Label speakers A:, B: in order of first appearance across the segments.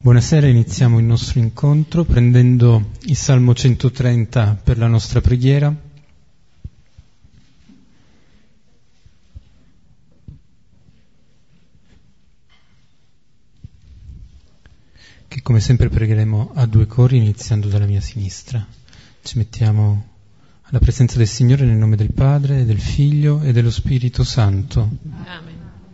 A: Buonasera, iniziamo il nostro incontro prendendo il Salmo 130 per la nostra preghiera. Che come sempre pregheremo a due cori iniziando dalla mia sinistra. Ci mettiamo alla presenza del Signore nel nome del Padre, del Figlio e dello Spirito Santo.
B: Amen.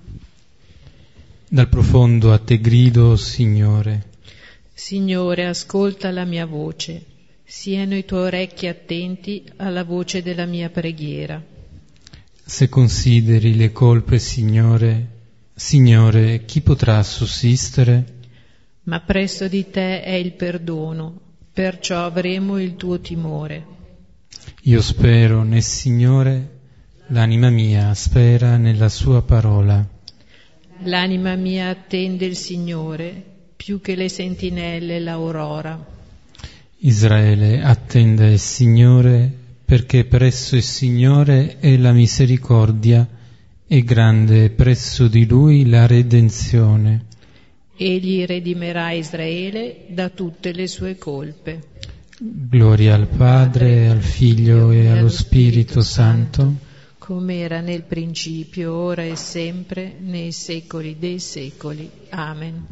A: Dal profondo a te grido, Signore.
B: Signore, ascolta la mia voce, siano i tuoi orecchi attenti alla voce della mia preghiera.
A: Se consideri le colpe, Signore, chi potrà sussistere?
B: Ma presso di te è il perdono, perciò avremo il tuo timore.
A: Io spero nel Signore, l'anima mia spera nella sua parola.
B: L'anima mia attende il Signore, più che le sentinelle l'aurora.
A: Israele attende il Signore, perché presso il Signore è la misericordia e grande presso di Lui la redenzione.
B: Egli redimerà Israele da tutte le sue colpe.
A: Gloria al Padre, al Figlio e allo Spirito Santo,
B: come era nel principio, ora e sempre, nei secoli dei secoli. Amen.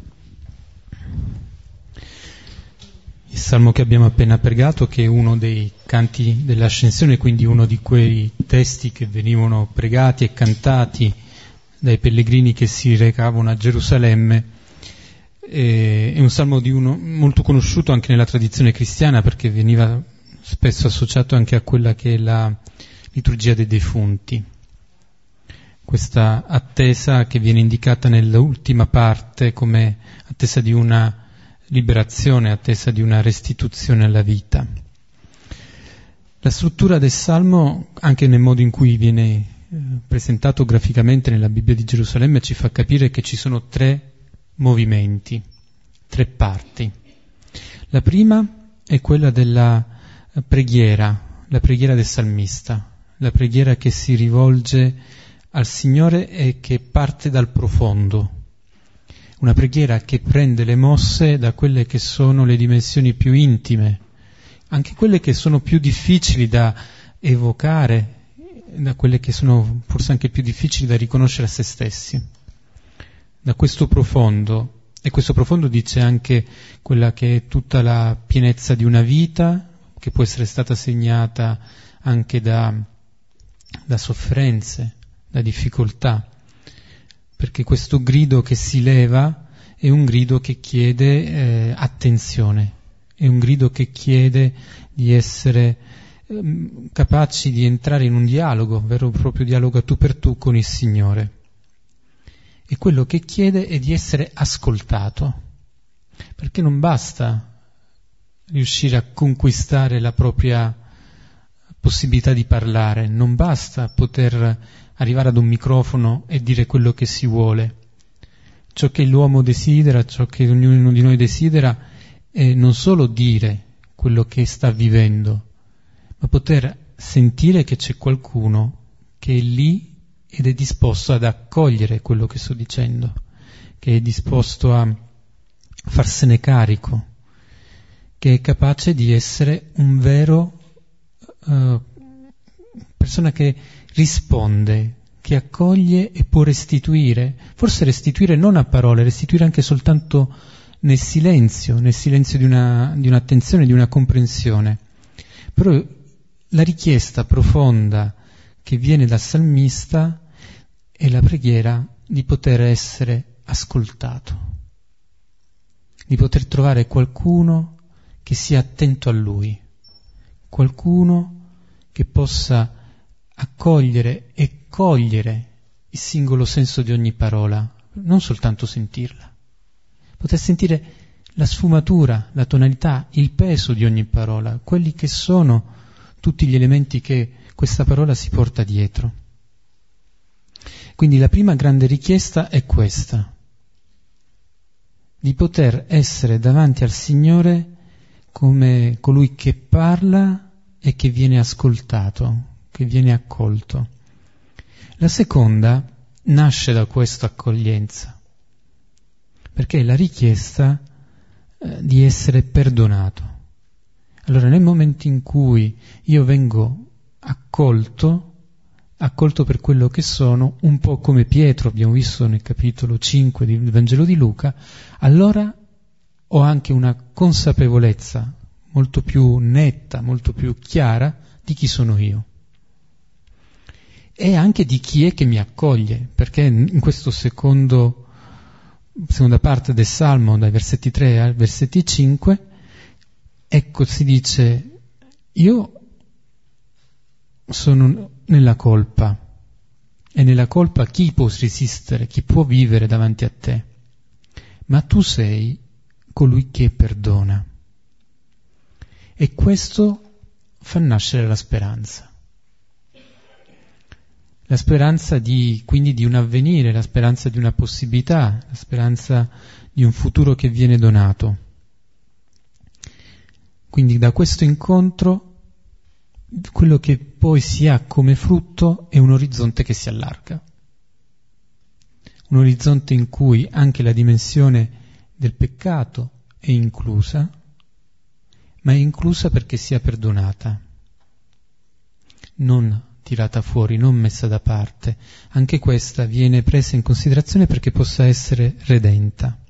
A: Il Salmo che abbiamo appena pregato, che è uno dei canti dell'Ascensione, quindi uno di quei testi che venivano pregati e cantati dai pellegrini che si recavano a Gerusalemme, è un salmo di uno molto conosciuto anche nella tradizione cristiana, perché veniva spesso associato anche a quella che è la liturgia dei defunti, questa attesa che viene indicata nell'ultima parte come attesa di una liberazione, attesa di una restituzione alla vita. La struttura del Salmo, anche nel modo in cui viene presentato graficamente nella Bibbia di Gerusalemme, ci fa capire che ci sono tre movimenti, tre parti. La prima è quella della preghiera, la preghiera del salmista, la preghiera che si rivolge al Signore e che parte dal profondo, una preghiera che prende le mosse da quelle che sono le dimensioni più intime, anche quelle che sono più difficili da evocare, da quelle che sono forse anche più difficili da riconoscere a se stessi. Da questo profondo, e questo profondo dice anche quella che è tutta la pienezza di una vita, che può essere stata segnata anche da sofferenze, da difficoltà, perché questo grido che si leva è un grido che chiede attenzione, è un grido che chiede di essere capaci di entrare in un dialogo, vero e proprio dialogo a tu per tu con il Signore. E quello che chiede è di essere ascoltato, perché non basta riuscire a conquistare la propria possibilità di parlare, non basta poter arrivare ad un microfono e dire quello che si vuole. Ciò che l'uomo desidera, ciò che ognuno di noi desidera è non solo dire quello che sta vivendo, ma poter sentire che c'è qualcuno che è lì ed è disposto ad accogliere quello che sto dicendo, che è disposto a farsene carico, che è capace di essere un vero persona che risponde, che accoglie e può restituire, forse restituire non a parole, restituire anche soltanto nel silenzio di un'attenzione, di una comprensione. Però la richiesta profonda che viene dal salmista è la preghiera di poter essere ascoltato, di poter trovare qualcuno che sia attento a lui, qualcuno che possa accogliere e cogliere il singolo senso di ogni parola, non soltanto sentirla, poter sentire la sfumatura, la tonalità, il peso di ogni parola, quelli che sono tutti gli elementi che questa parola si porta dietro. Quindi la prima grande richiesta è questa, di poter essere davanti al Signore come colui che parla e che viene ascoltato, che viene accolto. La seconda nasce da questa accoglienza, perché la richiesta di essere perdonato. Allora nel momento in cui io vengo accolto per quello che sono, un po' come Pietro, abbiamo visto nel capitolo 5 del Vangelo di Luca, allora ho anche una consapevolezza molto più netta, molto più chiara di chi sono io. E anche di chi è che mi accoglie, perché in questo seconda parte del Salmo, dai versetti 3 ai versetti 5, ecco, si dice: io sono nella colpa, e nella colpa chi può resistere, chi può vivere davanti a te? Ma tu sei colui che perdona. E questo fa nascere la speranza. La speranza quindi di un avvenire, la speranza di una possibilità, la speranza di un futuro che viene donato. Quindi da questo incontro quello che poi si ha come frutto è un orizzonte che si allarga. Un orizzonte in cui anche la dimensione del peccato è inclusa, ma è inclusa perché sia perdonata, non tirata fuori, non messa da parte. Anche questa viene presa in considerazione perché possa essere redenta.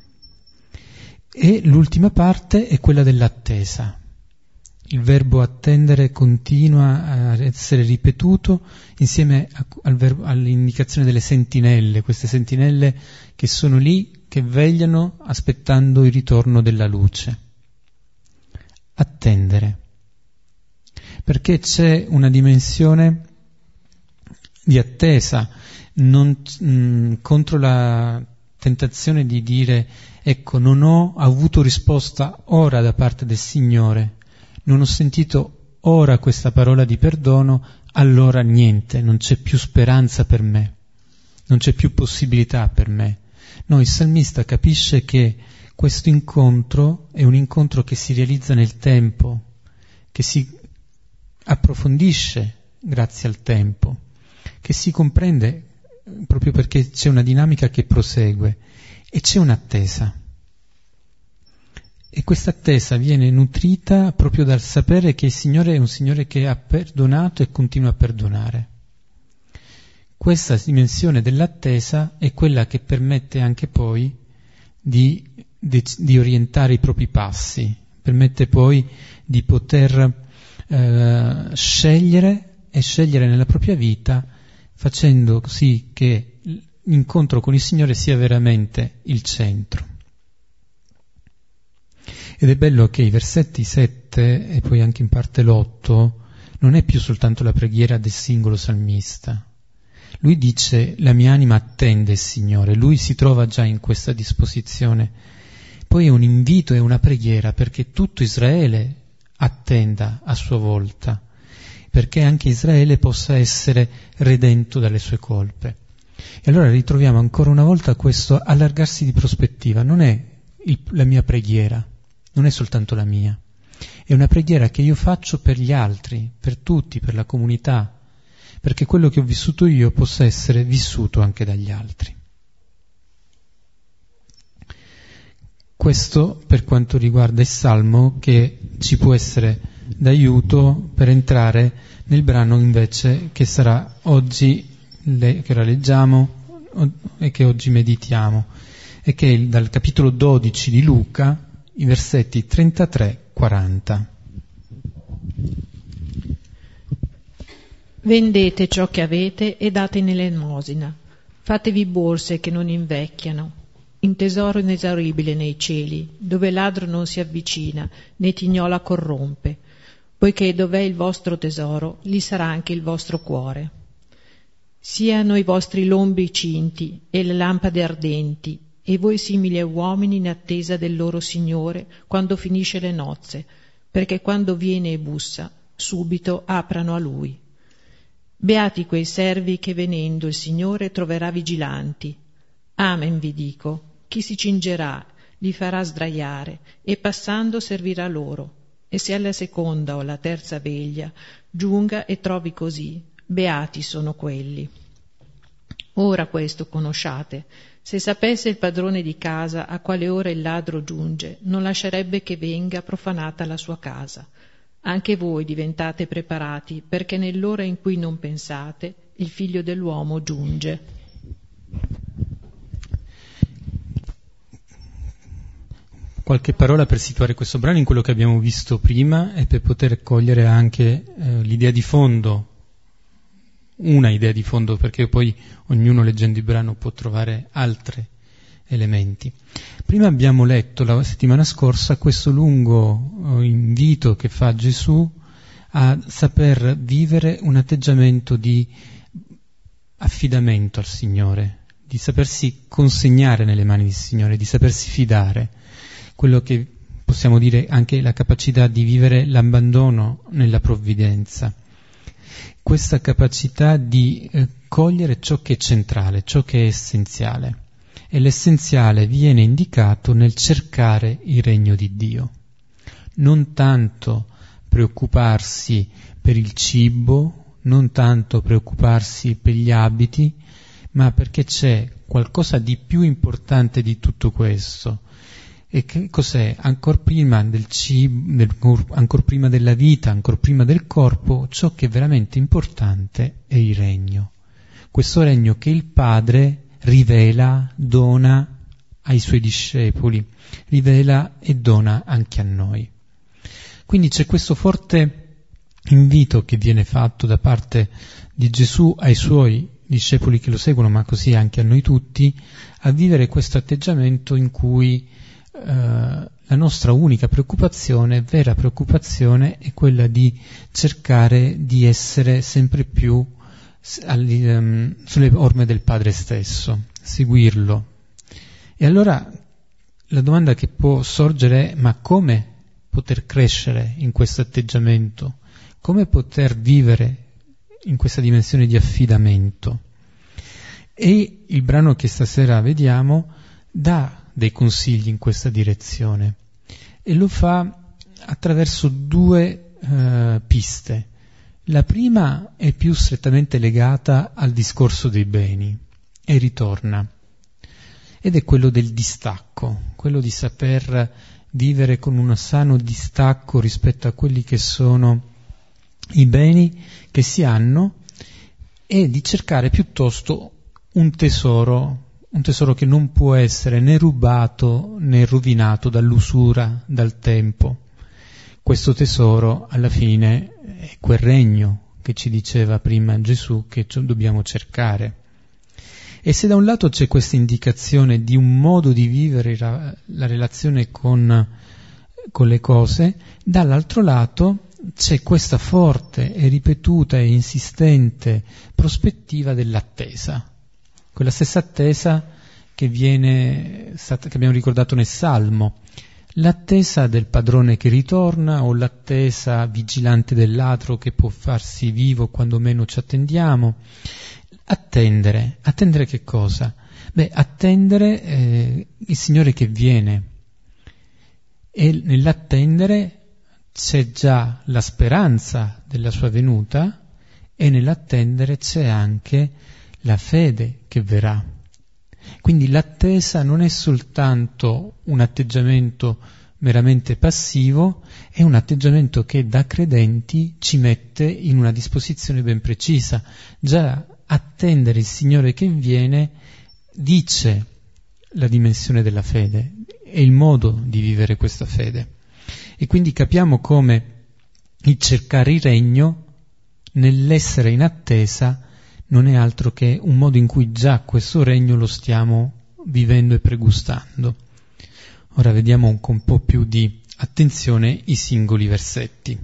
A: E l'ultima parte è quella dell'attesa. Il verbo attendere continua a essere ripetuto insieme all'indicazione delle sentinelle, queste sentinelle che sono lì, che vegliano aspettando il ritorno della luce. Attendere. Perché c'è una dimensione di attesa, contro la tentazione di dire: ecco, non ho avuto risposta ora da parte del Signore, non ho sentito ora questa parola di perdono, allora niente, non c'è più speranza per me, non c'è più possibilità per me. No, il salmista capisce che questo incontro è un incontro che si realizza nel tempo, che si approfondisce grazie al tempo, che si comprende proprio perché c'è una dinamica che prosegue e c'è un'attesa. E questa attesa viene nutrita proprio dal sapere che il Signore è un Signore che ha perdonato e continua a perdonare. Questa dimensione dell'attesa è quella che permette anche poi di orientare i propri passi, permette poi di poter scegliere nella propria vita, facendo sì che l'incontro con il Signore sia veramente il centro. Ed è bello che i versetti 7 e poi anche in parte l'8 non è più soltanto la preghiera del singolo salmista. Lui dice: la mia anima attende il Signore, lui si trova già in questa disposizione. Poi è un invito, è una preghiera perché tutto Israele attenda a sua volta, perché anche Israele possa essere redento dalle sue colpe. E allora ritroviamo ancora una volta questo allargarsi di prospettiva. Non è la mia preghiera, non è soltanto la mia, è una preghiera che io faccio per gli altri, per tutti, per la comunità, perché quello che ho vissuto io possa essere vissuto anche dagli altri. Questo per quanto riguarda il Salmo, che ci può essere d'aiuto per entrare nel brano invece che sarà oggi, che ora leggiamo e che oggi meditiamo, e che è dal capitolo 12 di Luca, i versetti 33-40.
B: Vendete ciò che avete e date in elemosina. Fatevi borse che non invecchiano, in tesoro inesauribile nei cieli, dove ladro non si avvicina, né tignola corrompe, poiché dov'è il vostro tesoro, lì sarà anche il vostro cuore. Siano i vostri lombi cinti e le lampade ardenti, e voi simili a uomini in attesa del loro Signore quando finisce le nozze, perché quando viene e bussa, subito aprano a Lui. Beati quei servi che venendo il Signore troverà vigilanti. Amen vi dico, chi si cingerà, li farà sdraiare, e passando servirà loro. E se alla seconda o alla terza veglia giunga e trovi così, beati sono quelli. Ora questo conosciate. Se sapesse il padrone di casa a quale ora il ladro giunge, non lascerebbe che venga profanata la sua casa. Anche voi diventate preparati, perché nell'ora in cui non pensate, il Figlio dell'uomo giunge.
A: Qualche parola per situare questo brano in quello che abbiamo visto prima e per poter cogliere anche l'idea di fondo, una idea di fondo, perché poi ognuno leggendo il brano può trovare altri elementi. Prima abbiamo letto la settimana scorsa questo lungo invito che fa Gesù a saper vivere un atteggiamento di affidamento al Signore, di sapersi consegnare nelle mani del Signore, di sapersi fidare, quello che possiamo dire anche la capacità di vivere l'abbandono nella provvidenza. Questa capacità di cogliere ciò che è centrale, ciò che è essenziale. E l'essenziale viene indicato nel cercare il regno di Dio. Non tanto preoccuparsi per il cibo, non tanto preoccuparsi per gli abiti, ma perché c'è qualcosa di più importante di tutto questo. E che cos'è? Ancor prima del cibo, ancor prima della vita, ancor prima del corpo, ciò che è veramente importante è il regno. Questo regno che il Padre rivela, dona ai Suoi discepoli, rivela e dona anche a noi. Quindi c'è questo forte invito che viene fatto da parte di Gesù ai Suoi discepoli che lo seguono, ma così anche a noi tutti, a vivere questo atteggiamento in cui la nostra unica preoccupazione, vera preoccupazione, è quella di cercare di essere sempre più sulle orme del Padre stesso, seguirlo. E allora la domanda che può sorgere è: ma come poter crescere in questo atteggiamento? Come poter vivere in questa dimensione di affidamento? E il brano che stasera vediamo dà dei consigli in questa direzione e lo fa attraverso due piste. La prima è più strettamente legata al discorso dei beni e ritorna, ed è quello del distacco, quello di saper vivere con un sano distacco rispetto a quelli che sono i beni che si hanno e di cercare piuttosto un tesoro che non può essere né rubato né rovinato dall'usura, dal tempo. Questo tesoro alla fine è quel regno che ci diceva prima Gesù che dobbiamo cercare. E se da un lato c'è questa indicazione di un modo di vivere la relazione con le cose, dall'altro lato c'è questa forte e ripetuta e insistente prospettiva dell'attesa. Quella stessa attesa che abbiamo ricordato nel Salmo, l'attesa del padrone che ritorna o l'attesa vigilante del ladro che può farsi vivo quando meno ci attendiamo. Attendere che cosa? Attendere il Signore che viene, e nell'attendere c'è già la speranza della sua venuta e nell'attendere c'è anche la fede che verrà. Quindi l'attesa non è soltanto un atteggiamento meramente passivo, è un atteggiamento che da credenti ci mette in una disposizione ben precisa. Già attendere il Signore che viene dice la dimensione della fede e il modo di vivere questa fede. E quindi capiamo come il cercare il regno, nell'essere in attesa, non è altro che un modo in cui già questo regno lo stiamo vivendo e pregustando. Ora vediamo con un po' più di attenzione i singoli versetti.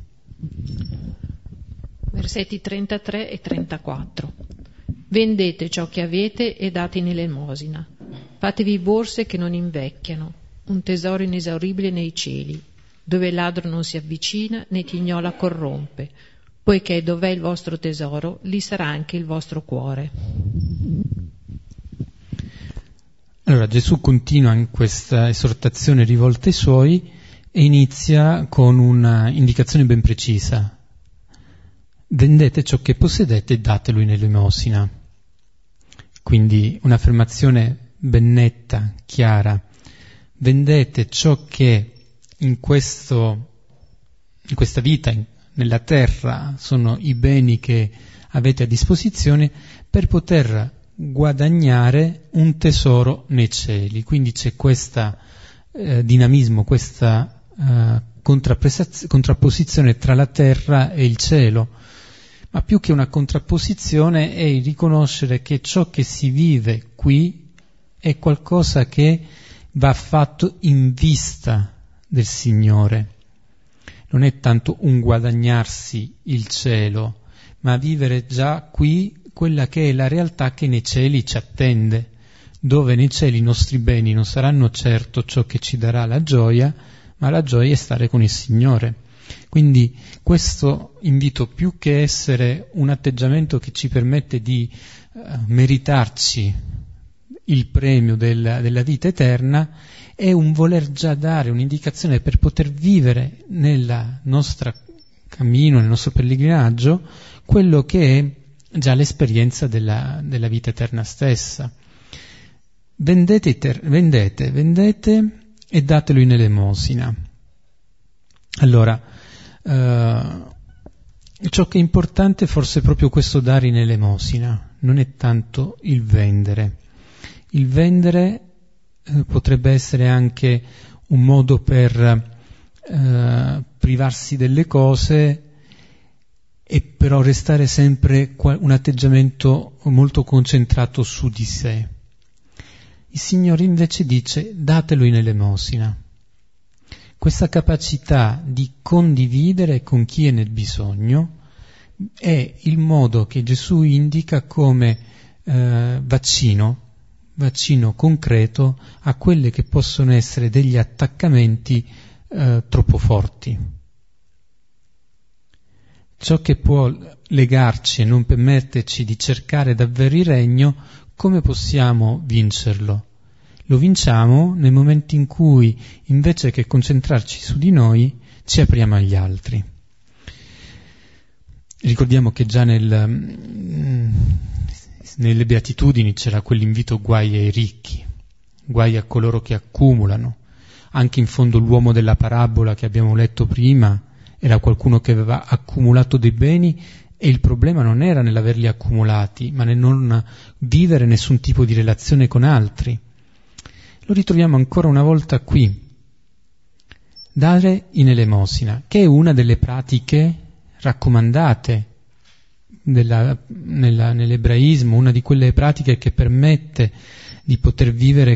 B: Versetti 33 e 34. Vendete ciò che avete e date in elemosina. Fatevi borse che non invecchiano, un tesoro inesauribile nei cieli, dove il ladro non si avvicina né tignola corrompe, poiché dov'è il vostro tesoro, lì sarà anche il vostro cuore.
A: Allora Gesù continua in questa esortazione rivolta ai Suoi e inizia con una indicazione ben precisa. Vendete ciò che possedete e datelo in elemosina. Quindi un'affermazione ben netta, chiara. Vendete ciò che in questa vita, nella terra, sono i beni che avete a disposizione per poter guadagnare un tesoro nei cieli. Quindi c'è questo dinamismo, questa contrapposizione tra la terra e il cielo, ma più che una contrapposizione è il riconoscere che ciò che si vive qui è qualcosa che va fatto in vista del Signore. Non è tanto un guadagnarsi il cielo, ma vivere già qui quella che è la realtà che nei cieli ci attende, dove nei cieli i nostri beni non saranno certo ciò che ci darà la gioia, ma la gioia è stare con il Signore. Quindi questo invito, più che essere un atteggiamento che ci permette di meritarci il premio della vita eterna, è un voler già dare un'indicazione per poter vivere nel nostro cammino, nel nostro pellegrinaggio, quello che è già l'esperienza della vita eterna stessa. Vendete e datelo in elemosina. Allora, ciò che è importante forse è proprio questo dare in elemosina, non è tanto il vendere. Il vendere potrebbe essere anche un modo per privarsi delle cose e però restare sempre un atteggiamento molto concentrato su di sé. Il Signore invece dice: datelo in elemosina. Questa capacità di condividere con chi è nel bisogno è il modo che Gesù indica come vaccino concreto a quelle che possono essere degli attaccamenti troppo forti. Ciò che può legarci e non permetterci di cercare davvero il regno, come possiamo vincerlo? Lo vinciamo nel momento in cui, invece che concentrarci su di noi, ci apriamo agli altri. Ricordiamo che già nelle Beatitudini c'era quell'invito: guai ai ricchi, guai a coloro che accumulano. Anche in fondo l'uomo della parabola che abbiamo letto prima era qualcuno che aveva accumulato dei beni, e il problema non era nell'averli accumulati, ma nel non vivere nessun tipo di relazione con altri. Lo ritroviamo ancora una volta qui. Dare in elemosina, che è una delle pratiche raccomandate nell'ebraismo, una di quelle pratiche che permette di poter vivere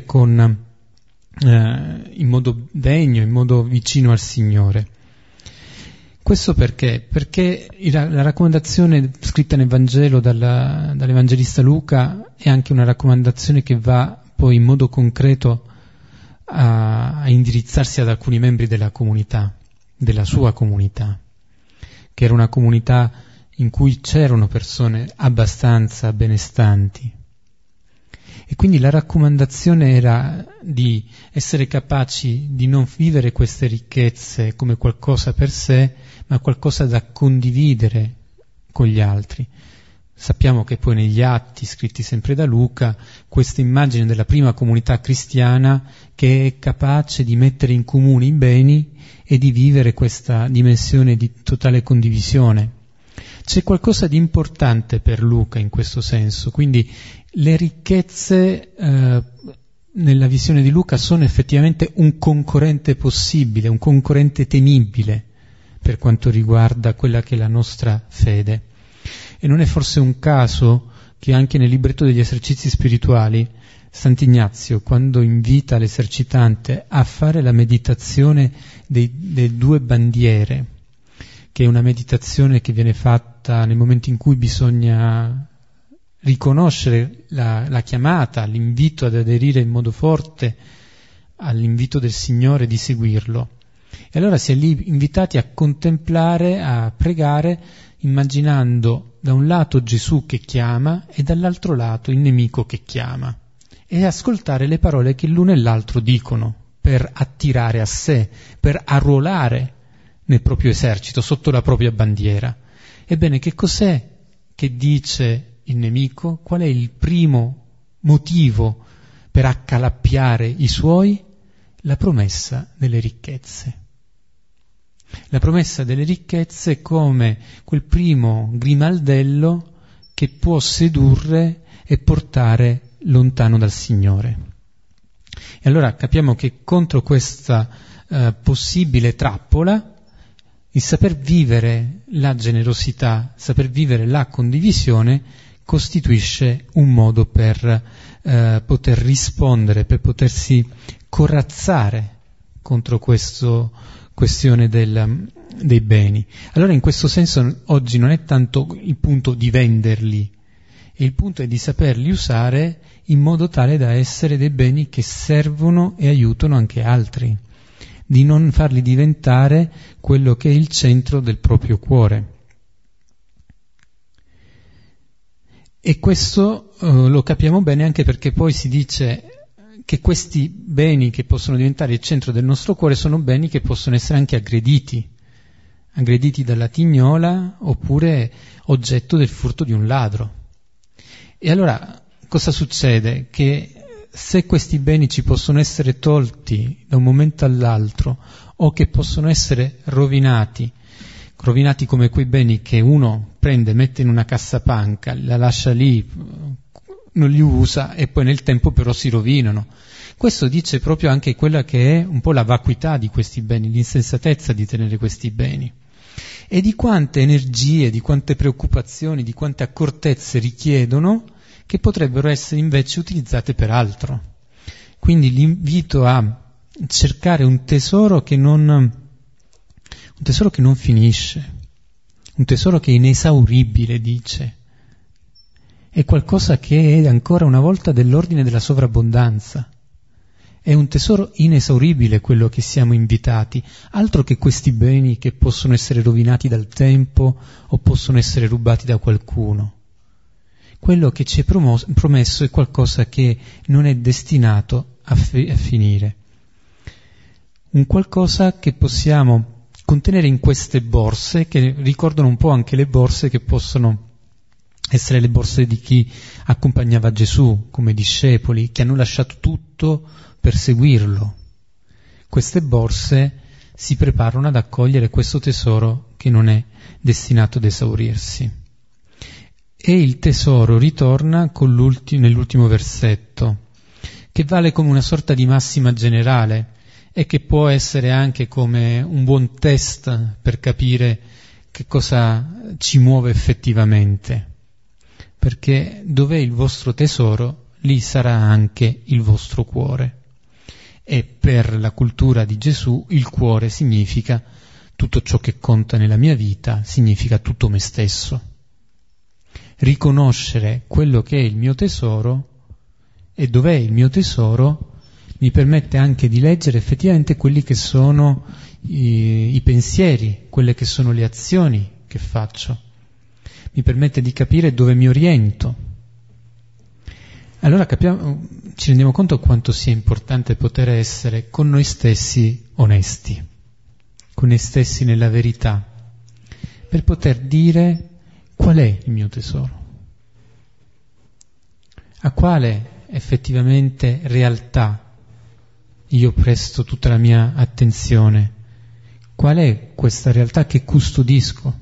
A: in modo degno, in modo vicino al Signore. Questo perché? Perché la raccomandazione scritta nel Vangelo dall'Evangelista Luca è anche una raccomandazione che va poi in modo concreto a indirizzarsi ad alcuni membri della comunità, della sua comunità, che era una comunità in cui c'erano persone abbastanza benestanti. E quindi la raccomandazione era di essere capaci di non vivere queste ricchezze come qualcosa per sé, ma qualcosa da condividere con gli altri. Sappiamo che poi negli atti scritti sempre da Luca, questa immagine della prima comunità cristiana che è capace di mettere in comune i beni e di vivere questa dimensione di totale condivisione. C'è qualcosa di importante per Luca in questo senso, quindi le ricchezze nella visione di Luca sono effettivamente un concorrente possibile, un concorrente temibile per quanto riguarda quella che è la nostra fede. E non è forse un caso che anche nel libretto degli esercizi spirituali Sant'Ignazio, quando invita l'esercitante a fare la meditazione delle due bandiere, che è una meditazione che viene fatta nel momento in cui bisogna riconoscere la chiamata, l'invito ad aderire in modo forte all'invito del Signore di seguirlo. E allora si è lì invitati a contemplare, a pregare, immaginando da un lato Gesù che chiama e dall'altro lato il nemico che chiama, e ascoltare le parole che l'uno e l'altro dicono per attirare a sé, per arruolare nel proprio esercito, sotto la propria bandiera. Ebbene, che cos'è che dice il nemico? Qual è il primo motivo per accalappiare i suoi? La promessa delle ricchezze. La promessa delle ricchezze come quel primo grimaldello che può sedurre e portare lontano dal Signore. E allora capiamo che contro questa possibile trappola, il saper vivere la generosità, saper vivere la condivisione, costituisce un modo per poter rispondere, per potersi corazzare contro questa questione dei beni. Allora in questo senso oggi non è tanto il punto di venderli, il punto è di saperli usare in modo tale da essere dei beni che servono e aiutano anche altri, di non farli diventare quello che è il centro del proprio cuore. E questo lo capiamo bene anche perché poi si dice che questi beni che possono diventare il centro del nostro cuore sono beni che possono essere anche aggrediti dalla tignola oppure oggetto del furto di un ladro. E allora cosa succede? Che se questi beni ci possono essere tolti da un momento all'altro o che possono essere rovinati come quei beni che uno prende, mette in una cassapanca, la lascia lì, non li usa e poi nel tempo però si rovinano. Questo dice proprio anche quella che è un po' la vacuità di questi beni, l'insensatezza di tenere questi beni. E di quante energie, di quante preoccupazioni, di quante accortezze richiedono che potrebbero essere invece utilizzate per altro. Quindi l'invito a cercare un tesoro che non finisce, un tesoro che è inesauribile, dice. È qualcosa che è ancora una volta dell'ordine della sovrabbondanza. È un tesoro inesauribile quello che siamo invitati, altro che questi beni che possono essere rovinati dal tempo o possono essere rubati da qualcuno. Quello che ci è promesso è qualcosa che non è destinato a finire. Un qualcosa che possiamo contenere in queste borse, che ricordano un po' anche le borse che possono essere le borse di chi accompagnava Gesù come discepoli, che hanno lasciato tutto per seguirlo. Queste borse si preparano ad accogliere questo tesoro che non è destinato ad esaurirsi. E il tesoro ritorna nell'ultimo versetto, che vale come una sorta di massima generale e che può essere anche come un buon test per capire che cosa ci muove effettivamente. Perché dov'è il vostro tesoro, lì sarà anche il vostro cuore. E per la cultura di Gesù il cuore significa tutto ciò che conta nella mia vita, significa tutto me stesso. Riconoscere quello che è il mio tesoro e dov'è il mio tesoro mi permette anche di leggere effettivamente quelli che sono i pensieri, quelle che sono le azioni che faccio. Mi permette di capire dove mi oriento. Allora ci rendiamo conto quanto sia importante poter essere con noi stessi onesti, con noi stessi nella verità, per poter dire qual è il mio tesoro, a quale effettivamente realtà io presto tutta la mia attenzione, qual è questa realtà che custodisco.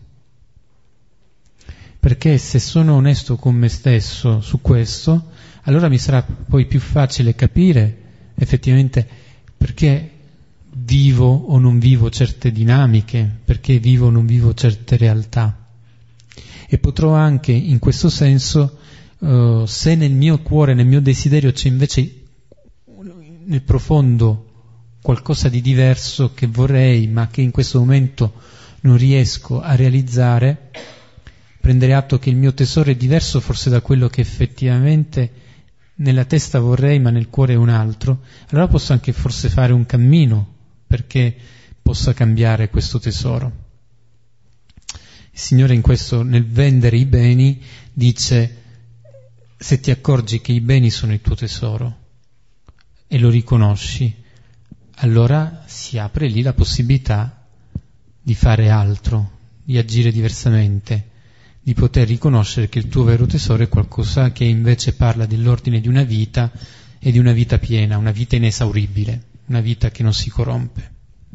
A: Perché se sono onesto con me stesso su questo, allora mi sarà poi più facile capire effettivamente perché vivo o non vivo certe dinamiche, perché vivo o non vivo certe realtà. E potrò anche in questo senso, se nel mio cuore, nel mio desiderio c'è invece nel profondo qualcosa di diverso che vorrei ma che in questo momento non riesco a realizzare, prendere atto che il mio tesoro è diverso forse da quello che effettivamente nella testa vorrei ma nel cuore è un altro, allora posso anche forse fare un cammino perché possa cambiare questo tesoro. Il Signore in questo, nel vendere i beni, dice: se ti accorgi che i beni sono il tuo tesoro e lo riconosci, allora si apre lì la possibilità di fare altro, di agire diversamente, di poter riconoscere che il tuo vero tesoro è qualcosa che invece parla dell'ordine di una vita e di una vita piena, una vita inesauribile, una vita che non si corrompe.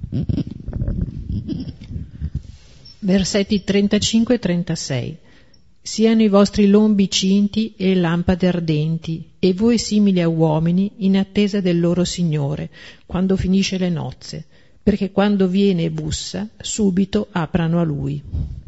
B: Versetti 35 e 36. Siano i vostri lombi cinti e lampade ardenti, e voi simili a uomini in attesa del loro Signore, quando finisce le nozze, perché quando viene e bussa, subito aprano a Lui.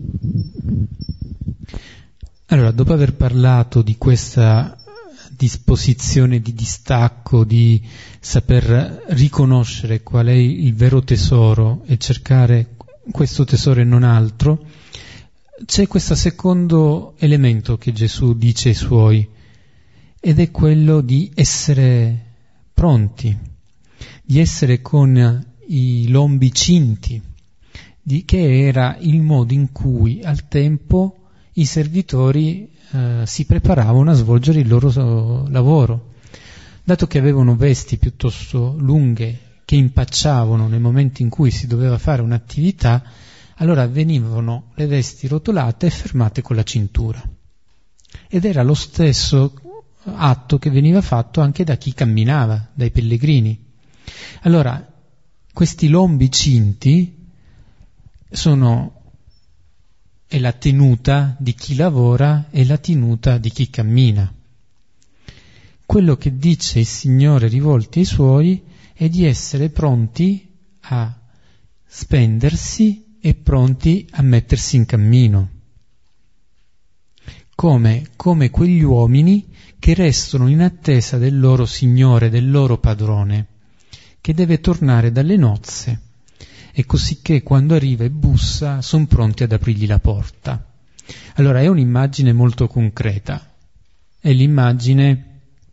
A: Allora, dopo aver parlato di questa disposizione di distacco, di saper riconoscere qual è il vero tesoro e cercare questo tesoro e non altro, c'è questo secondo elemento che Gesù dice ai Suoi, ed è quello di essere pronti, di essere con i lombi cinti, che era il modo in cui al tempo i servitori si preparavano a svolgere il loro lavoro. Dato che avevano vesti piuttosto lunghe che impacciavano nel momento in cui si doveva fare un'attività, allora venivano le vesti rotolate e fermate con la cintura. Ed era lo stesso atto che veniva fatto anche da chi camminava, dai pellegrini. Allora, questi lombi cinti è la tenuta di chi lavora e la tenuta di chi cammina. Quello che dice il Signore rivolti ai Suoi è di essere pronti a spendersi e pronti a mettersi in cammino, come quegli uomini che restano in attesa del loro Signore, del loro padrone, che deve tornare dalle nozze, e così che quando arriva e bussa sono pronti ad aprirgli la porta. Allora è un'immagine molto concreta, è l'immagine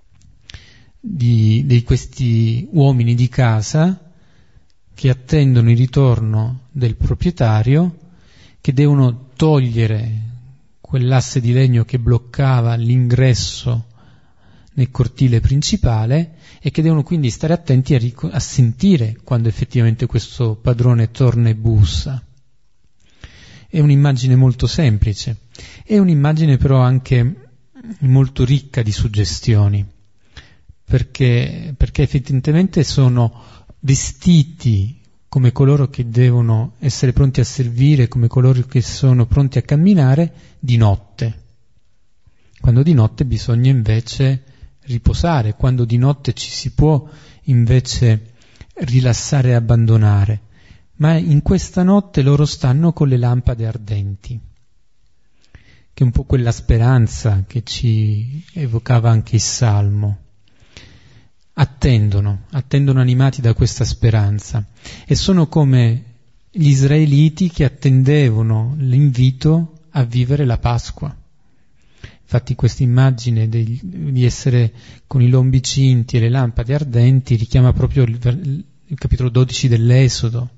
A: di questi uomini di casa che attendono il ritorno del proprietario, che devono togliere quell'asse di legno che bloccava l'ingresso nel cortile principale e che devono quindi stare attenti a sentire quando effettivamente questo padrone torna e bussa. È un'immagine molto semplice, è un'immagine però anche molto ricca di suggestioni, perché effettivamente sono vestiti come coloro che devono essere pronti a servire, come coloro che sono pronti a camminare di notte, quando di notte bisogna invece riposare, quando di notte ci si può invece rilassare e abbandonare, ma in questa notte loro stanno con le lampade ardenti, che è un po' quella speranza che ci evocava anche il Salmo. Attendono animati da questa speranza, e sono come gli israeliti che attendevano l'invito a vivere la Pasqua. Infatti questa immagine di essere con i lombi cinti e le lampade ardenti richiama proprio il capitolo 12 dell'Esodo,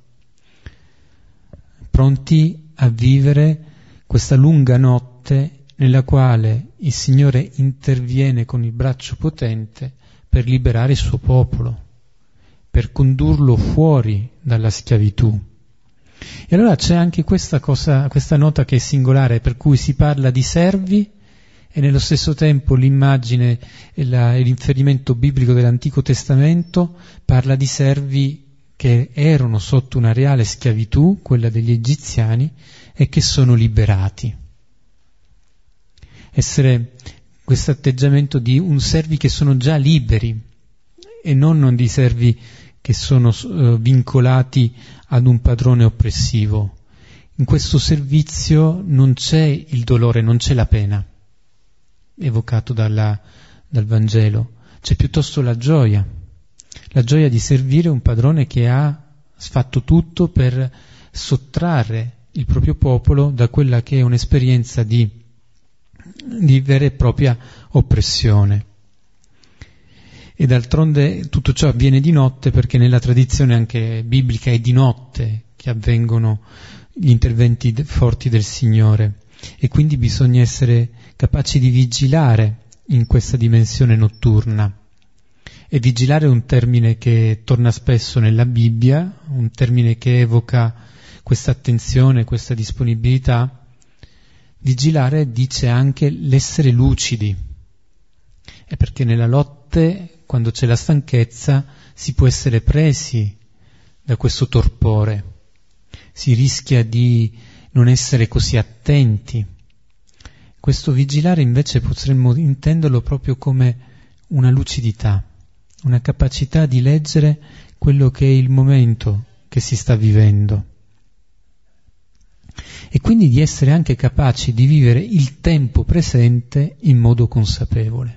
A: pronti a vivere questa lunga notte nella quale il Signore interviene con il braccio potente per liberare il suo popolo, per condurlo fuori dalla schiavitù. E allora c'è anche questa nota che è singolare, per cui si parla di servi e nello stesso tempo l'immagine e l'inferimento biblico dell'Antico Testamento parla di servi che erano sotto una reale schiavitù, quella degli egiziani, e che sono liberati. Essere questo atteggiamento di un servi che sono già liberi e non di servi che sono vincolati ad un padrone oppressivo. In questo servizio non c'è il dolore, non c'è la pena evocato dal Vangelo, c'è piuttosto la gioia di servire un padrone che ha fatto tutto per sottrarre il proprio popolo da quella che è un'esperienza di vera e propria oppressione. E d'altronde tutto ciò avviene di notte, perché nella tradizione anche biblica è di notte che avvengono gli interventi forti del Signore, e quindi bisogna essere capaci di vigilare in questa dimensione notturna. E vigilare è un termine che torna spesso nella Bibbia, un termine che evoca questa attenzione, questa disponibilità, vigilare dice anche l'essere lucidi. È perché nella lotte, quando c'è la stanchezza, si può essere presi da questo torpore. Si rischia di non essere così attenti. Questo vigilare invece potremmo intenderlo proprio come una lucidità, una capacità di leggere quello che è il momento che si sta vivendo. E quindi di essere anche capaci di vivere il tempo presente in modo consapevole.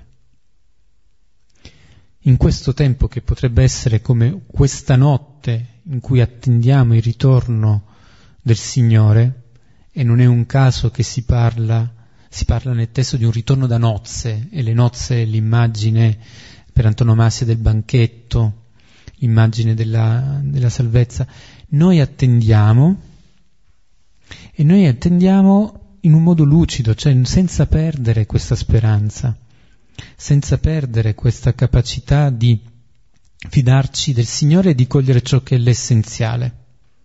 A: In questo tempo che potrebbe essere come questa notte in cui attendiamo il ritorno del Signore, e non è un caso che si parla nel testo di un ritorno da nozze, e le nozze è l'immagine per antonomasia del banchetto, l'immagine della salvezza. Noi attendiamo in un modo lucido, cioè senza perdere questa speranza, senza perdere questa capacità di fidarci del Signore e di cogliere ciò che è l'essenziale.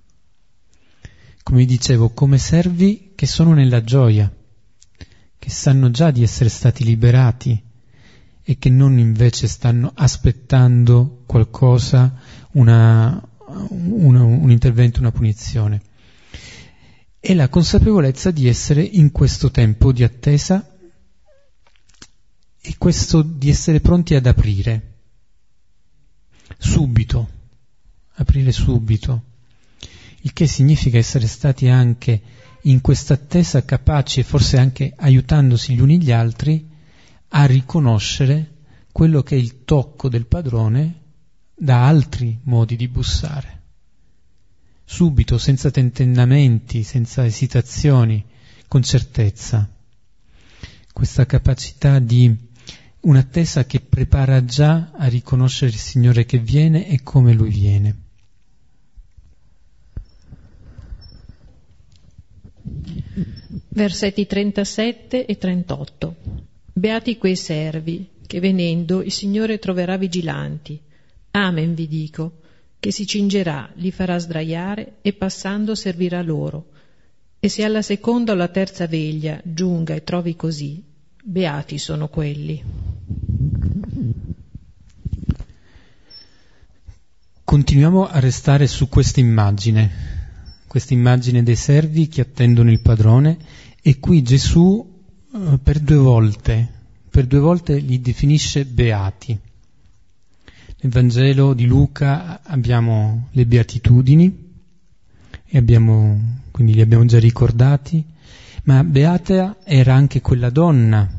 A: Come dicevo, come servi che sono nella gioia, che sanno già di essere stati liberati e che non invece stanno aspettando qualcosa, un intervento, una punizione. E la consapevolezza di essere in questo tempo di attesa e questo di essere pronti ad aprire subito, il che significa essere stati anche in questa attesa capaci e forse anche aiutandosi gli uni gli altri a riconoscere quello che è il tocco del padrone da altri modi di bussare. Subito, senza tentennamenti, senza esitazioni, con certezza. Questa capacità di un'attesa che prepara già a riconoscere il Signore che viene e come Lui viene.
B: Versetti 37 e 38. Beati quei servi, che venendo il Signore troverà vigilanti. Amen vi dico, che si cingerà, li farà sdraiare e passando servirà loro. E se alla seconda o alla terza veglia giunga e trovi così, beati sono quelli.
A: Continuiamo a restare su questa immagine dei servi che attendono il padrone, e qui Gesù per due volte li definisce beati. Nel Vangelo di Luca abbiamo le beatitudini, quindi li abbiamo già ricordati, ma beata era anche quella donna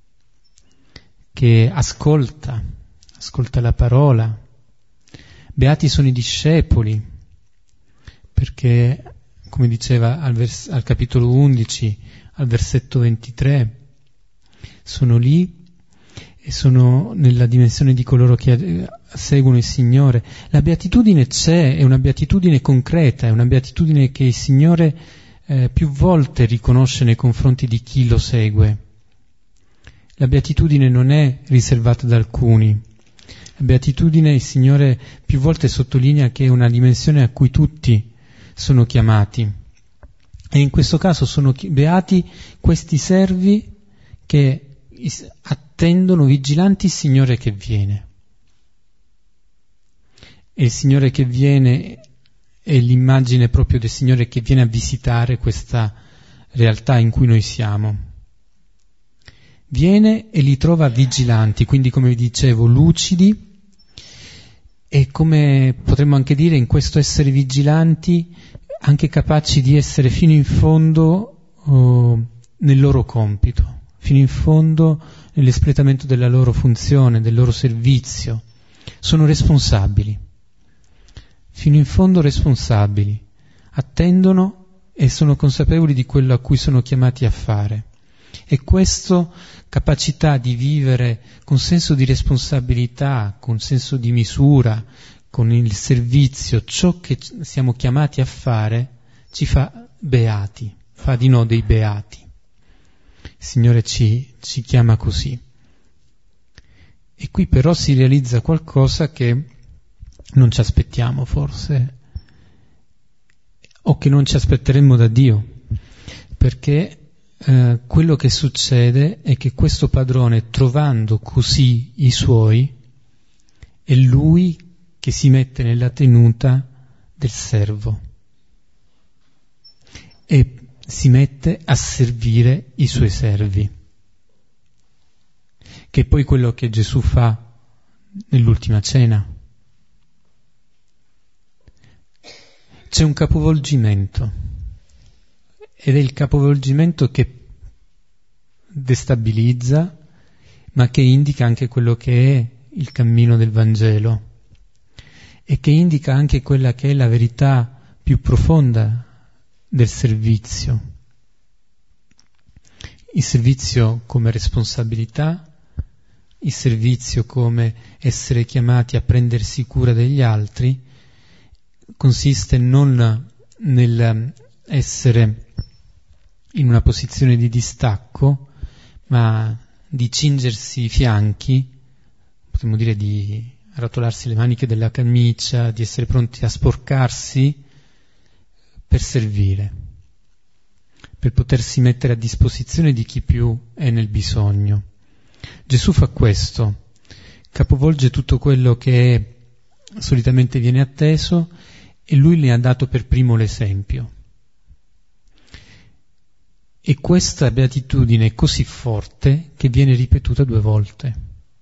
A: che ascolta la parola. Beati sono i discepoli, perché, come diceva al capitolo 11, al versetto 23, sono lì e sono nella dimensione di coloro che seguono il Signore. La beatitudine c'è, è una beatitudine concreta, è una beatitudine che il Signore più volte riconosce nei confronti di chi lo segue. La beatitudine non è riservata ad alcuni. La beatitudine il Signore più volte sottolinea che è una dimensione a cui tutti sono chiamati. E in questo caso sono beati questi servi che attendono vigilanti il Signore che viene. E il Signore che viene è l'immagine proprio del Signore che viene a visitare questa realtà in cui noi siamo. Viene e li trova vigilanti, quindi come vi dicevo lucidi, e come potremmo anche dire in questo essere vigilanti anche capaci di essere fino in fondo nel loro compito, fino in fondo nell'espletamento della loro funzione, del loro servizio. Sono responsabili, fino in fondo responsabili, attendono e sono consapevoli di quello a cui sono chiamati a fare. E questa capacità di vivere con senso di responsabilità, con senso di misura, con il servizio, ciò che siamo chiamati a fare, ci fa beati, fa di noi dei beati. Il Signore ci chiama così. E qui però si realizza qualcosa che non ci aspettiamo forse, o che non ci aspetteremmo da Dio, perché quello che succede è che questo padrone, trovando così i suoi, è lui che si mette nella tenuta del servo e si mette a servire i suoi servi, che è poi quello che Gesù fa nell'ultima cena. C'è un capovolgimento, ed è il capovolgimento che destabilizza, ma che indica anche quello che è il cammino del Vangelo e che indica anche quella che è la verità più profonda del servizio. Il servizio come responsabilità, il servizio come essere chiamati a prendersi cura degli altri, consiste non nel essere in una posizione di distacco, ma di cingersi i fianchi, potremmo dire di arrotolarsi le maniche della camicia, di essere pronti a sporcarsi per servire, per potersi mettere a disposizione di chi più è nel bisogno. Gesù fa questo, capovolge tutto quello che solitamente viene atteso e lui ne ha dato per primo l'esempio. E questa beatitudine è così forte che viene ripetuta 2 volte,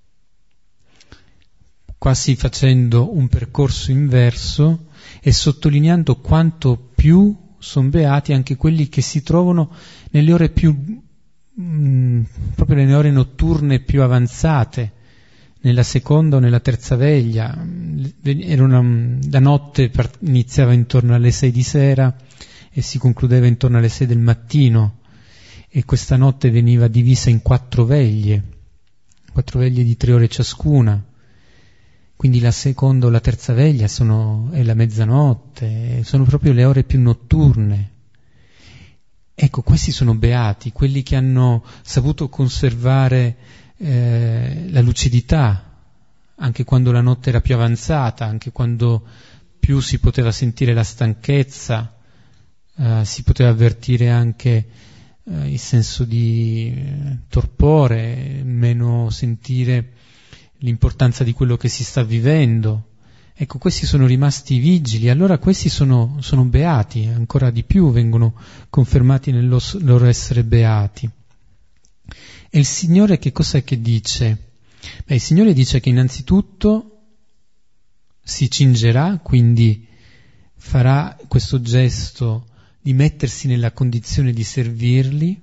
A: quasi facendo un percorso inverso e sottolineando quanto più sono beati anche quelli che si trovano nelle ore più proprio nelle ore notturne più avanzate, nella seconda o nella terza veglia. La notte iniziava intorno alle 6 di sera e si concludeva intorno alle 6 del mattino, e questa notte veniva divisa in 4 veglie di 3 ore ciascuna. Quindi la seconda o la terza veglia è la mezzanotte, sono proprio le ore più notturne. Ecco, questi sono beati, quelli che hanno saputo conservare la lucidità, anche quando la notte era più avanzata, anche quando più si poteva sentire la stanchezza, si poteva avvertire anche il senso di torpore, meno sentire l'importanza di quello che si sta vivendo. Ecco, questi sono rimasti vigili, allora questi sono beati, ancora di più vengono confermati nel loro essere beati. E il Signore che cos'è che dice? Il Signore dice che innanzitutto si cingerà, quindi farà questo gesto di mettersi nella condizione di servirli,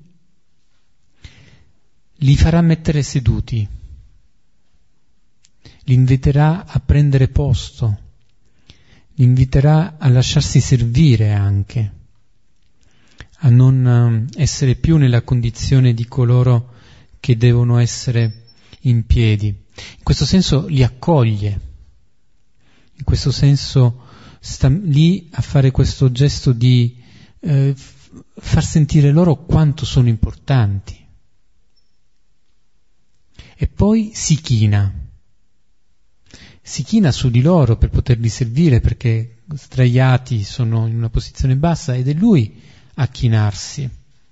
A: li farà mettere seduti, li inviterà a prendere posto, li inviterà a lasciarsi servire anche, a non essere più nella condizione di coloro che devono essere in piedi. In questo senso li accoglie, in questo senso sta lì a fare questo gesto di far sentire loro quanto sono importanti. E poi si china su di loro per poterli servire, perché sdraiati sono in una posizione bassa, ed è lui a chinarsi.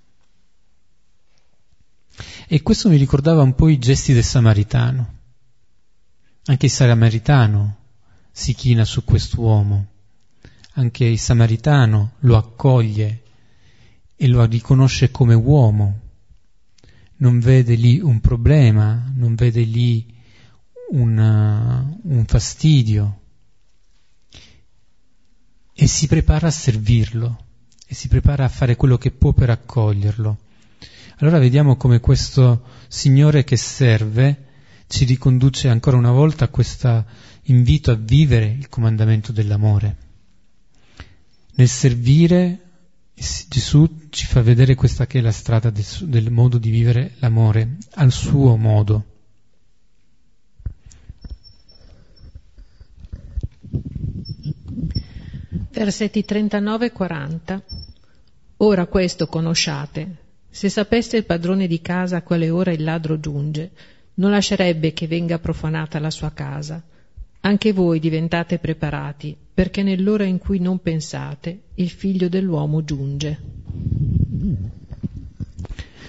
A: E questo mi ricordava un po' i gesti del Samaritano. Anche il Samaritano si china su quest'uomo, anche il Samaritano lo accoglie e lo riconosce come uomo, non vede lì un problema, non vede lì un fastidio, e si prepara a servirlo, e si prepara a fare quello che può per accoglierlo. Allora vediamo come questo Signore che serve ci riconduce ancora una volta a questo invito a vivere il comandamento dell'amore. Nel servire Gesù ci fa vedere questa che è la strada del modo di vivere l'amore al suo modo.
B: Versetti 39 e 40. Ora questo conosciate: se sapesse il padrone di casa a quale ora il ladro giunge, non lascerebbe che venga profanata la sua casa. Anche voi diventate preparati, perché nell'ora in cui non pensate, il Figlio dell'uomo giunge.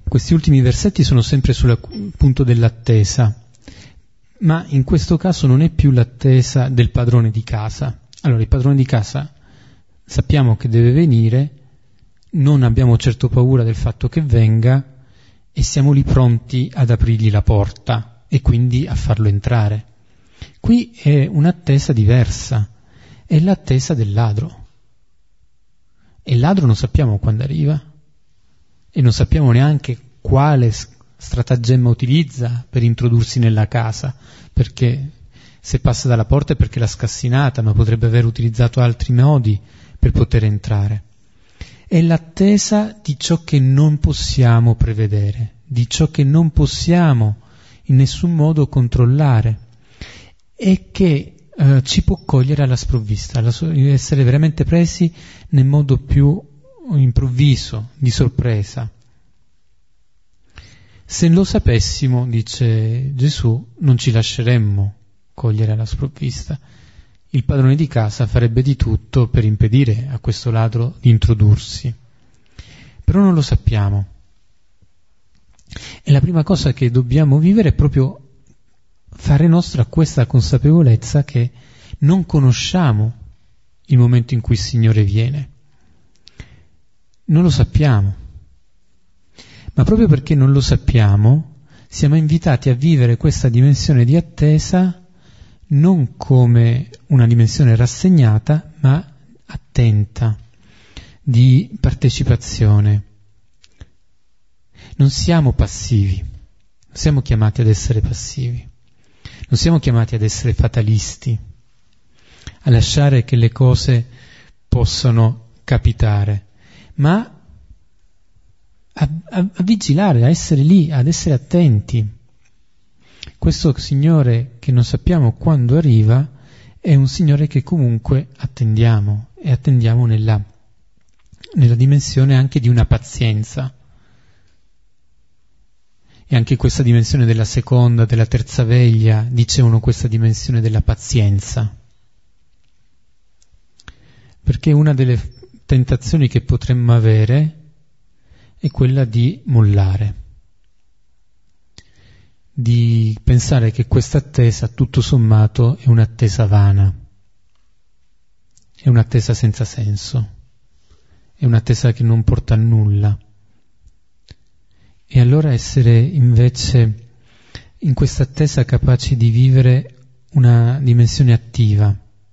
A: Questi ultimi versetti sono sempre sul punto dell'attesa, ma in questo caso non è più l'attesa del padrone di casa. Allora, il padrone di casa sappiamo che deve venire, non abbiamo certo paura del fatto che venga e siamo lì pronti ad aprirgli la porta e quindi a farlo entrare. Qui è un'attesa diversa, è l'attesa del ladro. E il ladro non sappiamo quando arriva e non sappiamo neanche quale stratagemma utilizza per introdursi nella casa, perché se passa dalla porta è perché l'ha scassinata, ma potrebbe aver utilizzato altri modi per poter entrare. È l'attesa di ciò che non possiamo prevedere, di ciò che non possiamo in nessun modo controllare e che ci può cogliere alla sprovvista, essere veramente presi nel modo più improvviso, di sorpresa. Se lo sapessimo, dice Gesù, non ci lasceremmo cogliere alla sprovvista. Il padrone di casa farebbe di tutto per impedire a questo ladro di introdursi. Però non lo sappiamo. E la prima cosa che dobbiamo vivere è proprio fare nostra questa consapevolezza che non conosciamo il momento in cui il Signore viene. Non lo sappiamo. Ma proprio perché non lo sappiamo, siamo invitati a vivere questa dimensione di attesa non come una dimensione rassegnata, ma attenta, di partecipazione. Non siamo passivi, non siamo chiamati ad essere passivi, non siamo chiamati ad essere fatalisti, a lasciare che le cose possano capitare, ma a vigilare, a essere lì, ad essere attenti. Questo Signore che non sappiamo quando arriva è un Signore che comunque attendiamo, e attendiamo nella dimensione anche di una pazienza. E anche questa dimensione della seconda, della terza veglia, dicevano questa dimensione della pazienza. Perché una delle tentazioni che potremmo avere è quella di mollare, di pensare che questa attesa, tutto sommato, è un'attesa vana, è un'attesa senza senso, è un'attesa che non porta a nulla. E allora essere invece in questa attesa capaci di vivere una dimensione attiva.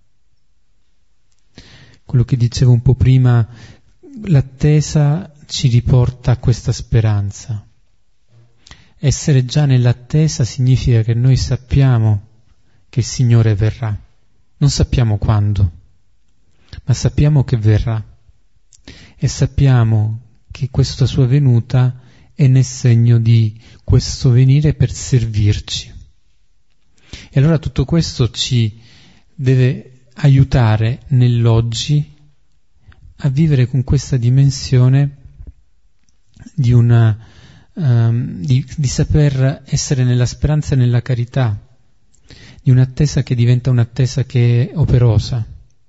A: Quello che dicevo un po' prima, l'attesa ci riporta a questa speranza. Essere già nell'attesa significa che noi sappiamo che il Signore verrà. Non sappiamo quando, ma sappiamo che verrà. E sappiamo che questa sua venuta è nel segno di questo venire per servirci. E allora tutto questo ci deve aiutare nell'oggi a vivere con questa dimensione di saper essere nella speranza e nella carità, di un'attesa che diventa un'attesa che è operosa,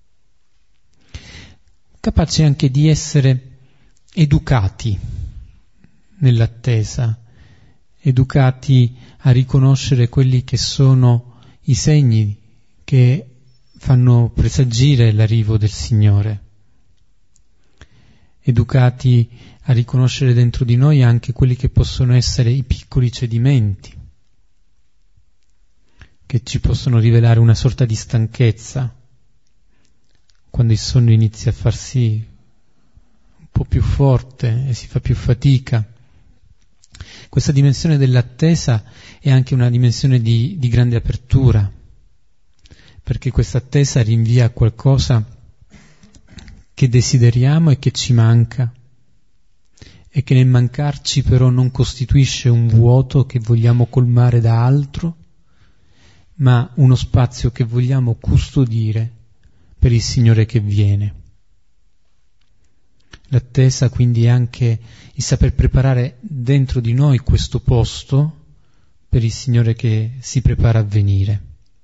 A: capace anche di essere educati nell'attesa, educati a riconoscere quelli che sono i segni che fanno presagire l'arrivo del Signore, educati a riconoscere dentro di noi anche quelli che possono essere i piccoli cedimenti, che ci possono rivelare una sorta di stanchezza, quando il sonno inizia a farsi un po' più forte e si fa più fatica. Questa dimensione dell'attesa è anche una dimensione di grande apertura, perché questa attesa rinvia a qualcosa che desideriamo e che ci manca, e che nel mancarci però non costituisce un vuoto che vogliamo colmare da altro, ma uno spazio che vogliamo custodire per il Signore che viene. L'attesa quindi è anche il saper preparare dentro di noi questo posto per il Signore che si prepara a venire.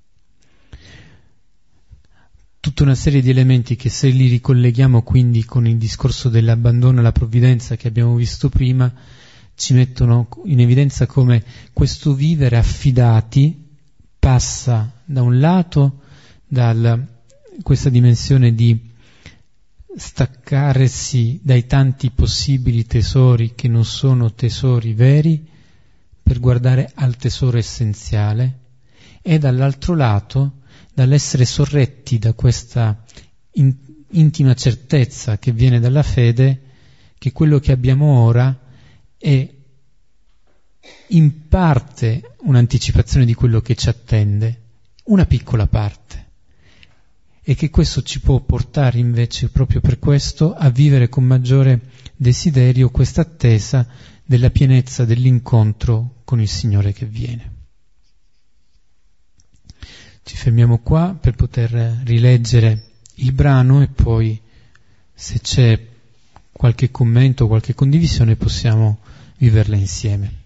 A: Tutta una serie di elementi che, se li ricolleghiamo quindi con il discorso dell'abbandono alla provvidenza che abbiamo visto prima, ci mettono in evidenza come questo vivere affidati passa da un lato questa dimensione di staccarsi dai tanti possibili tesori che non sono tesori veri per guardare al tesoro essenziale, e dall'altro lato dall'essere sorretti da questa intima certezza che viene dalla fede che quello che abbiamo ora è in parte un'anticipazione di quello che ci attende, una piccola parte, e che questo ci può portare invece proprio per questo a vivere con maggiore desiderio questa attesa della pienezza dell'incontro con il Signore che viene. Ci fermiamo qua per poter rileggere il brano e poi, se c'è qualche commento, qualche condivisione, possiamo viverla insieme.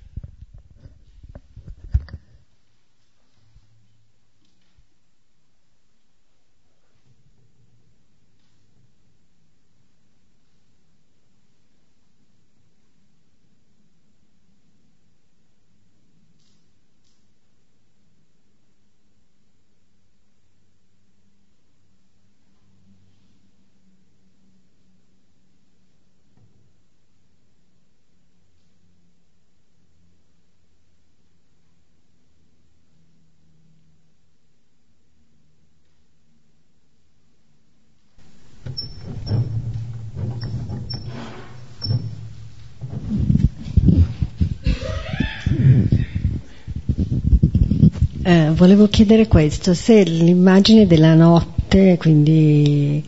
C: Volevo chiedere questo, se l'immagine della notte, quindi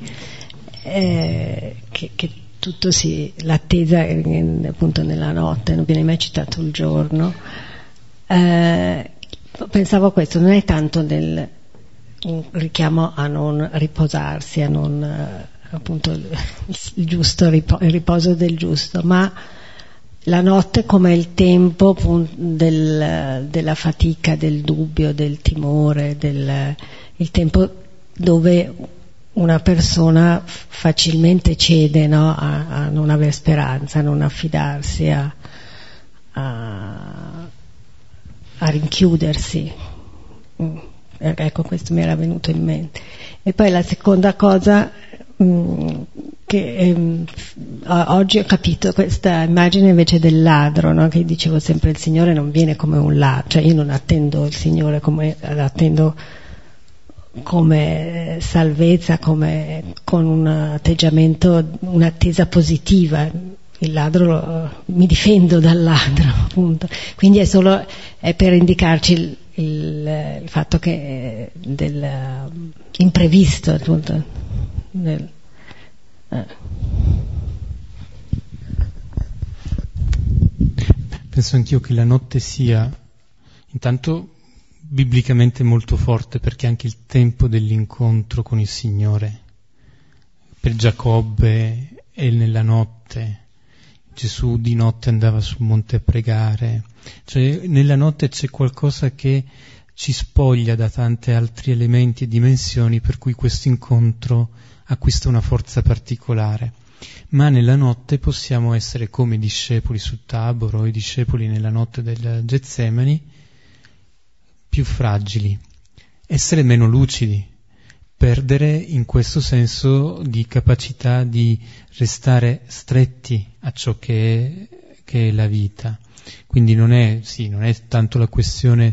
C: che tutto l'attesa appunto nella notte, non viene mai citato il giorno, pensavo a questo, non è tanto un richiamo a non riposarsi, a non appunto il riposo del giusto, ma la notte come il tempo della fatica, del dubbio, del timore, il tempo dove una persona facilmente cede, no? a non avere speranza, a non affidarsi, a rinchiudersi. Ecco, questo mi era venuto in mente. E poi la seconda cosa che oggi ho capito, questa immagine invece del ladro, no? Che dicevo sempre, il Signore non viene come un ladro, cioè io non attendo il Signore l'attendo come salvezza, come con un atteggiamento, un'attesa positiva. Il ladro, mi difendo dal ladro, appunto. Quindi è per indicarci il fatto che dell'imprevisto, appunto.
A: Penso anch'io che la notte sia intanto biblicamente molto forte, perché anche il tempo dell'incontro con il Signore. Per Giacobbe è nella notte, Gesù di notte andava sul monte a pregare, cioè nella notte c'è qualcosa che ci spoglia da tanti altri elementi e dimensioni, per cui questo incontro acquista una forza particolare. Ma nella notte possiamo essere come i discepoli sul Tabor o i discepoli nella notte del Getsemani, più fragili, essere meno lucidi, perdere in questo senso di capacità di restare stretti a ciò che è la vita. Quindi non è tanto la questione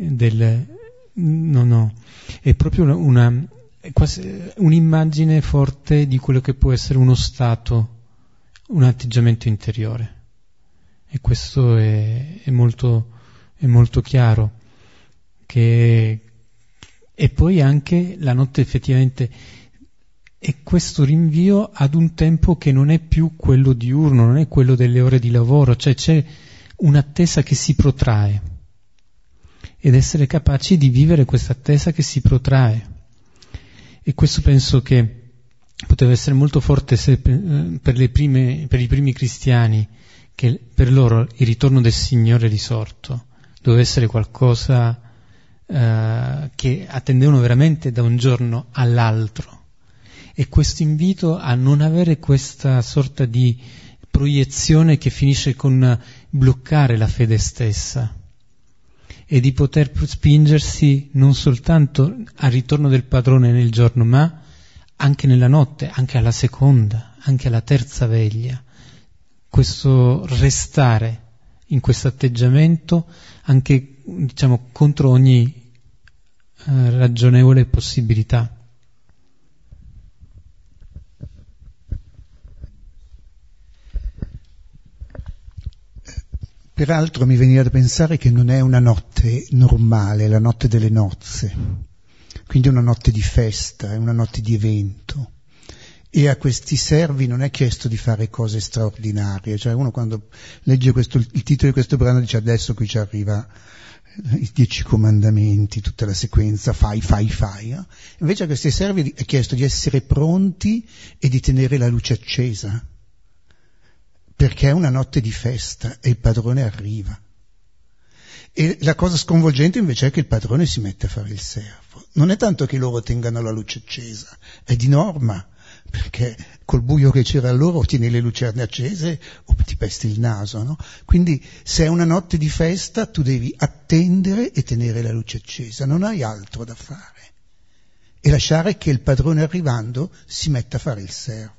A: è proprio un'immagine forte di quello che può essere uno stato, un atteggiamento interiore, e questo è molto chiaro. E poi anche la notte effettivamente è questo rinvio ad un tempo che non è più quello diurno, non è quello delle ore di lavoro, cioè c'è un'attesa che si protrae, ed essere capaci di vivere questa attesa che si protrae. E questo penso che poteva essere molto forte per i primi cristiani, che per loro il ritorno del Signore risorto doveva essere qualcosa che attendevano veramente da un giorno all'altro. E questo invito a non avere questa sorta di proiezione che finisce con bloccare la fede stessa e di poter spingersi non soltanto al ritorno del padrone nel giorno, ma anche nella notte, anche alla seconda, anche alla terza veglia. Questo restare in questo atteggiamento anche, diciamo, contro ogni ragionevole possibilità.
D: Peraltro mi veniva da pensare che non è una notte normale, la notte delle nozze, quindi una notte di festa, è una notte di evento. E a questi servi non è chiesto di fare cose straordinarie, cioè uno quando legge il titolo di questo brano dice adesso qui ci arriva i 10 comandamenti, tutta la sequenza, fai. No? Invece a questi servi è chiesto di essere pronti e di tenere la luce accesa, perché è una notte di festa e il padrone arriva. E la cosa sconvolgente invece è che il padrone si mette a fare il servo. Non è tanto che loro tengano la luce accesa, è di norma, perché col buio che c'era allora o tieni le lucerne accese o ti pesti il naso, no? Quindi se è una notte di festa tu devi attendere e tenere la luce accesa, non hai altro da fare. E lasciare che il padrone arrivando si metta a fare il servo.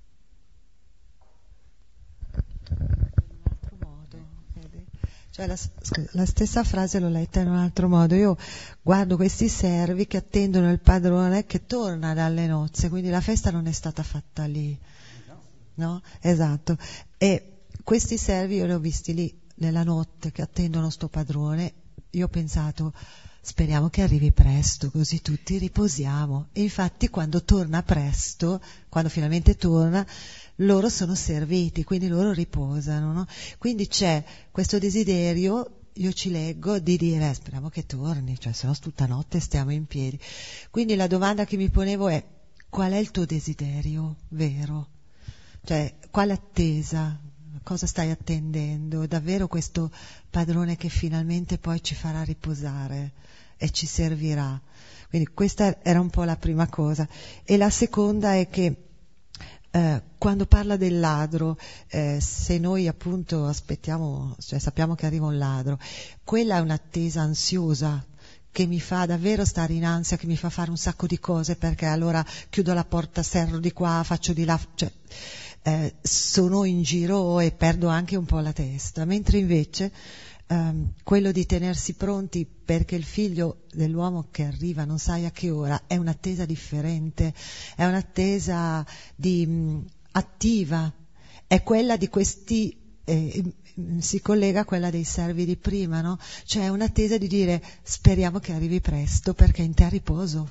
E: Cioè la stessa frase l'ho letta in un altro modo. Io guardo questi servi che attendono il padrone che torna dalle nozze, quindi la festa non è stata fatta lì, no? Esatto. E questi servi io li ho visti lì nella notte che attendono sto padrone. Io ho pensato, speriamo che arrivi presto, così tutti riposiamo. E infatti quando torna presto, quando finalmente torna, loro sono serviti, quindi loro riposano, no? Quindi c'è questo desiderio, io ci leggo, di dire speriamo che torni, cioè se no tutta notte stiamo in piedi. Quindi la domanda che mi ponevo è: qual è il tuo desiderio vero? Cioè, quale attesa? Cosa stai attendendo? Davvero questo padrone che finalmente poi ci farà riposare e ci servirà? Quindi questa era un po' la prima cosa. E la seconda è che quando parla del ladro, se noi appunto aspettiamo, cioè sappiamo che arriva un ladro, quella è un'attesa ansiosa che mi fa davvero stare in ansia, che mi fa fare un sacco di cose, perché allora chiudo la porta, serro di qua, faccio di là, cioè sono in giro e perdo anche un po' la testa, mentre invece quello di tenersi pronti perché il figlio dell'uomo che arriva non sai a che ora è un'attesa differente, è un'attesa attiva, è quella di questi si collega a quella dei servi di prima, no? Cioè è un'attesa di dire speriamo che arrivi presto perché in te riposo.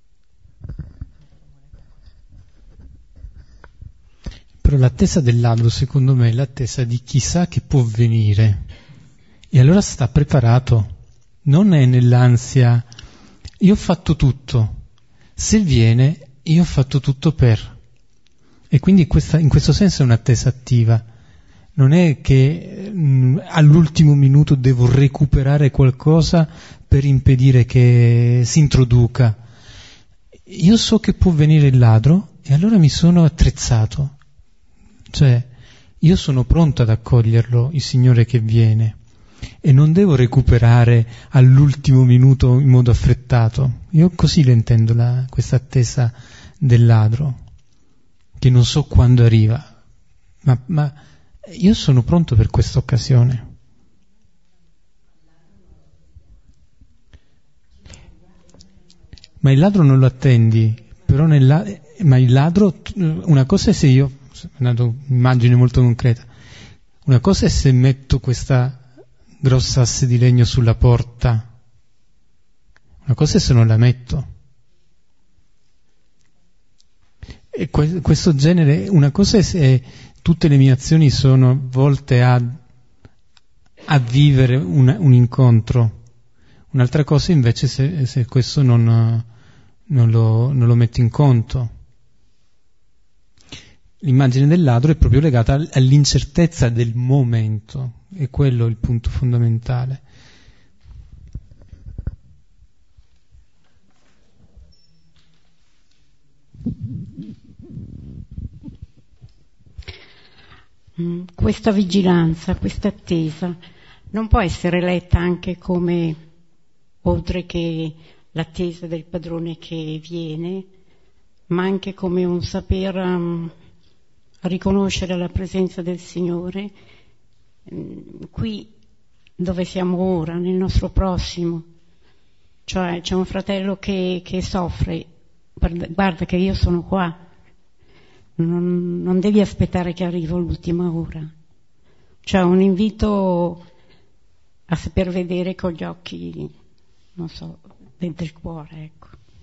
A: Però l'attesa del ladro secondo me è l'attesa di chissà che può venire. E allora sta preparato, non è nell'ansia, io ho fatto tutto, se viene io ho fatto tutto per. E quindi in questo senso è un'attesa attiva, non è che all'ultimo minuto devo recuperare qualcosa per impedire che si introduca. Io so che può venire il ladro e allora mi sono attrezzato, cioè io sono pronto ad accoglierlo, il Signore che viene. E non devo recuperare all'ultimo minuto in modo affrettato. Io così le intendo questa attesa del ladro, che non so quando arriva, ma io sono pronto per questa occasione. Ma il ladro non lo attendi, però ma il ladro, una cosa è se io, una immagine molto concreta, una cosa è se metto questa grossa asse di legno sulla porta, una cosa è se non la metto. E questo genere, una cosa è se tutte le mie azioni sono volte a vivere un incontro, un'altra cosa invece se questo non lo metto in conto. L'immagine del ladro è proprio legata all'incertezza del momento, è quello il punto fondamentale.
F: questa vigilanza, questa attesa non può essere letta anche come, oltre che l'attesa del padrone che viene, ma anche come un saper riconoscere la presenza del Signore qui dove siamo ora, nel nostro prossimo. Cioè c'è un fratello che soffre, guarda che io sono qua, non devi aspettare che arrivo l'ultima ora. Cioè un invito a saper vedere con gli occhi, non so, dentro il cuore, ecco.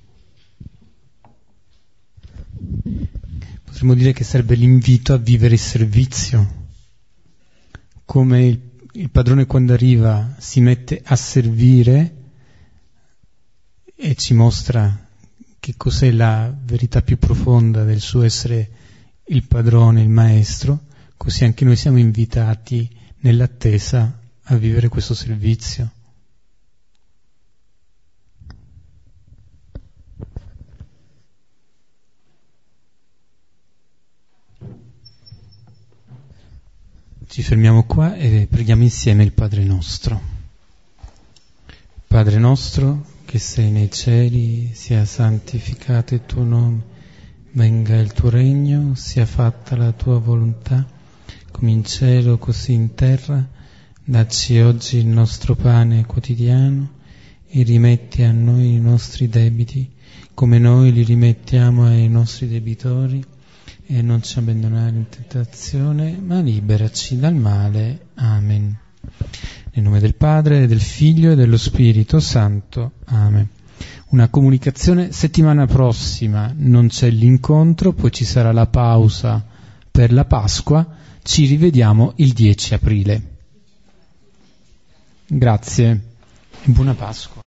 A: Potremmo dire che sarebbe l'invito a vivere il servizio, come il padrone quando arriva si mette a servire e ci mostra che cos'è la verità più profonda del suo essere il padrone, il maestro, così anche noi siamo invitati nell'attesa a vivere questo servizio. Ci fermiamo qua e preghiamo insieme il Padre nostro. Padre nostro che sei nei cieli, sia santificato il tuo nome, venga il tuo regno, sia fatta la tua volontà, come in cielo così in terra. Dacci oggi il nostro pane quotidiano e rimetti a noi i nostri debiti, come noi li rimettiamo ai nostri debitori, e non ci abbandonare in tentazione, ma liberaci dal male. Amen. Nel nome del Padre, del Figlio e dello Spirito Santo. Amen. Una comunicazione: settimana prossima non c'è l'incontro, poi ci sarà la pausa per la Pasqua. Ci rivediamo il 10 aprile. Grazie e buona Pasqua.